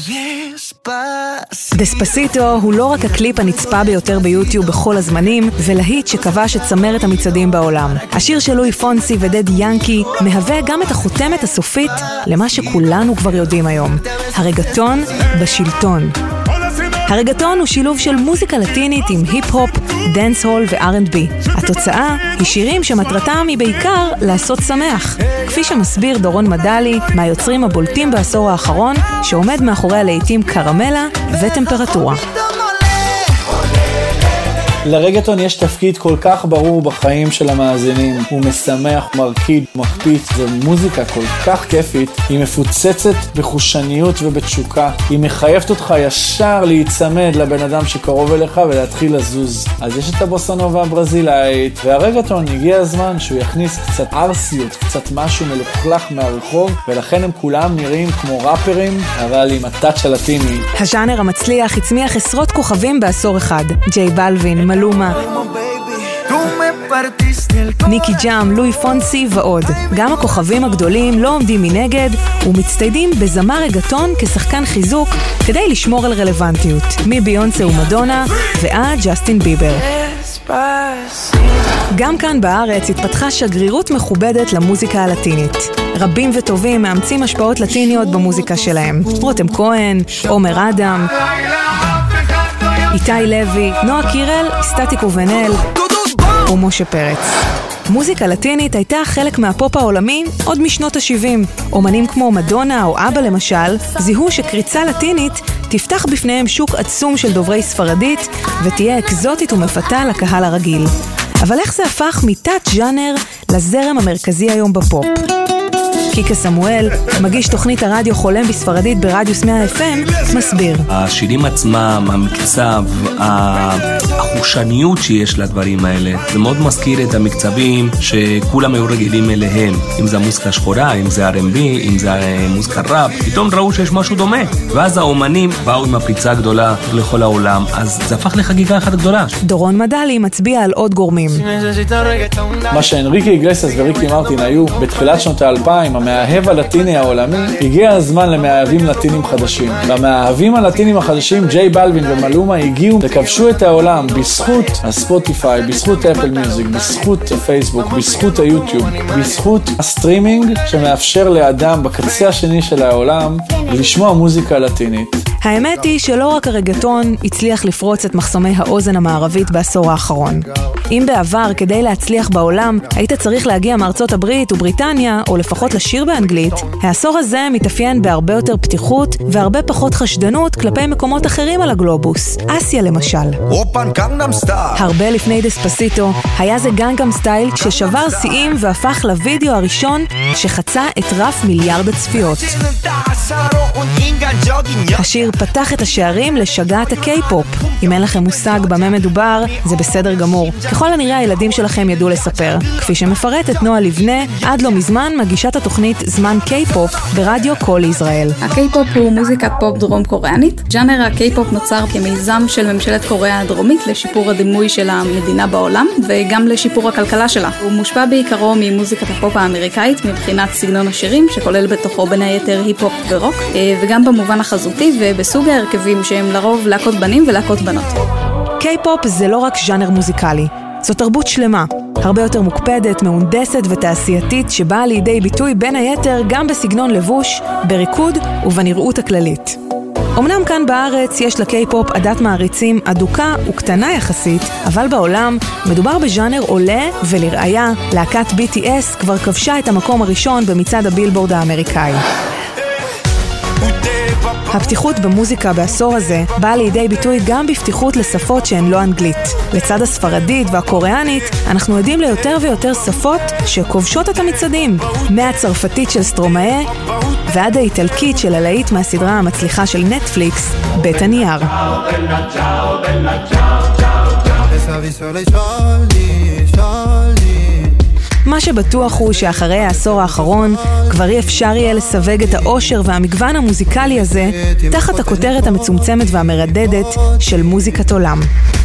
דספסיטו הוא לא רק הקליפ הנצפה ביותר ביוטיוב בכל הזמנים, זה להיט שכבש את צמרת המצעדים בעולם. השיר של לואי פונסי ודדי ינקי מהווה גם את החותמת הסופית למה שכולנו כבר יודעים היום. הרגטון בשלטון. הרגטון הוא שילוב של מוזיקה לטינית עם היפ-הופ, דנס-הול ו-R&B. התוצאה היא שירים שמטרתם היא בעיקר לעשות שמח. כפי שמסביר דורון מדלי, מהיוצרים הבולטים בעשור האחרון, שעומד מאחורי הלהיטים קרמלה וטמפרטורה. לרגטון יש תפקיד כל כך ברור בחיים של המאזינים. הוא משמח, מרקיד, מקפיץ. זו מוזיקה כל כך כיפית. היא מפוצצת בחושניות ובתשוקה. היא מחייבת אותך ישר להיצמד לבן אדם שקרוב אליך ולהתחיל לזוז. אז יש את הבוסנובה הברזילאית, והרגטון הגיע הזמן שהוא יכניס קצת ארסיות, קצת משהו מלוכלך מהרחוב, ולכן הם כולם נראים כמו ראפרים, אבל עם הטאץ' הלטיני. הז'אנר המצליח הצמיח עשרות כוכבים בעשור אחד. ג'יי בלווין, מלומה, ניקי ג'אם, לואי פונסי ועוד. גם הכוכבים הגדולים לא עומדים מנגד ומצטיידים בזמר רגטון כשחקן חיזוק כדי לשמור על רלוונטיות, מביונסה ומדונה ועד ג'סטין ביבר. גם כאן בארץ התפתחה שגרירות מכובדת למוזיקה הלטינית. רבים וטובים מאמצים השפעות לטיניות במוזיקה שלהם. רותם כהן, עומר אדם, איתי לוי, נועה קירל, סטטיק ובן-אל ומשה פרץ. מוזיקה לטינית הייתה חלק מהפופ העולמי עוד משנות ה-70. אומנים כמו מדונה או אבא למשל זיהו שקריצה לטינית תפתח בפניהם שוק עצום של דוברי ספרדית ותהיה אקזוטית ומפתה לקהל הרגיל. אבל איך זה הפך מתת ז'אנר לזרם המרכזי היום בפופ? קיקה סמואל, מגיש תוכנית הרדיו חולם בספרדית ברדיוס 100 FM, מסביר. השירים עצמם, המקצב, החושניות שיש לדברים האלה, זה מאוד מזכיר את המקצבים שכולם היו רגילים אליהם. אם זה המוזיקה שחורה, אם זה R&B, אם זה מוזיקה ראפ, פתאום ראו שיש משהו דומה. ואז האומנים באו עם הפריצה הגדולה לכל העולם, אז זה הפך לחגיגה אחת גדולה. דורון מדלי מצביע על עוד גורמים. מה שאנריקי איגלסיאס וריקי מרטין היו בתחילת שנות ה-2000, המאהב הלטיני העולמי, הגיע הזמן למאהבים לטינים חדשים. במאהבים הלטינים החדשים, ג'יי בלווין ומלומה הגיעו וכבשו את העולם בזכות הספוטיפיי, בזכות אפל מיוזיק, בזכות הפייסבוק, בזכות היוטיוב, בזכות הסטרימינג שמאפשר לאדם בקצה השני של העולם לשמוע מוזיקה לטינית. האמת היא שלא רק הרגטון הצליח לפרוץ את מחסומי האוזן המערבית בעשור האחרון. אם בעבר כדי להצליח בעולם היית צריך להגיע מארצות הברית ובריטניה או לפחות לשיר באנגלית, העשור הזה מתאפיין בהרבה יותר פתיחות והרבה פחות חשדנות כלפי מקומות אחרים על הגלובוס. אסיה למשל. הרבה לפני דספסיטו היה זה גנגנאם סטייל ששבר שיאים והפך לוידאו הראשון שחצה את רף מיליארד הצפיות. השיר פתח את השערים לשגעת הקיי-פופ. אם אין לכם מושג במה מדובר, זה בסדר גמור. ככל הנראה הילדים שלכם ידעו לספר. כפי שמפרטת נועה לבנה, עד לא מזמן מגישת התוכנית זמן קיי-פופ ברדיו קול ישראל. הקיי-פופ הוא מוזיקת פופ דרום קוריאנית. ג'אנר הקיי-פופ נוצר כמיזם של ממשלת קוריאה הדרומית לשיפור הדימוי של המדינה בעולם וגם לשיפור הכלכלה שלה. הוא מושפע בעיקרו ממוזיקת הפופ האמריקאית מבחינת סגנון השירים שכולל בתוכו בין היתר היפ-הופ ורוק וגם במובן החזותי ובסוג ההרכבים שהם לרוב להקות בנים ולהקות בנות. קיי-פופ זה לא רק ז'אנר מוזיקלי, זו תרבות שלמה, הרבה יותר מוקפדת, מהונדסת ותעשייתית שבאה לידי ביטוי בין היתר גם בסגנון לבוש, בריקוד ובנראות הכללית. אמנם כאן בארץ יש לקיי-פופ עדת מעריצים אדוקה וקטנה יחסית, אבל בעולם מדובר בז'אנר עולה ולראיה, להקת BTS כבר כבשה את המקום הראשון במצעד הבילבורד האמריקאי. הפתיחות במוזיקה בעשור הזה באה לידי ביטוי גם בפתיחות לשפות שהן לא אנגלית. לצד הספרדית והקוריאנית, אנחנו עדים ליותר ויותר שפות שכובשות את המצעדים, מהצרפתית של סטרומאה ועד האיטלקית של הלהיט מהסדרה המצליחה של נטפליקס, בית הנייר. מה שבטוח הוא שאחרי העשור האחרון כבר אי אפשר יהיה לסווג את העושר והמגוון המוזיקלי הזה תחת הכותרת המצומצמת והמרדדת של מוזיקת עולם.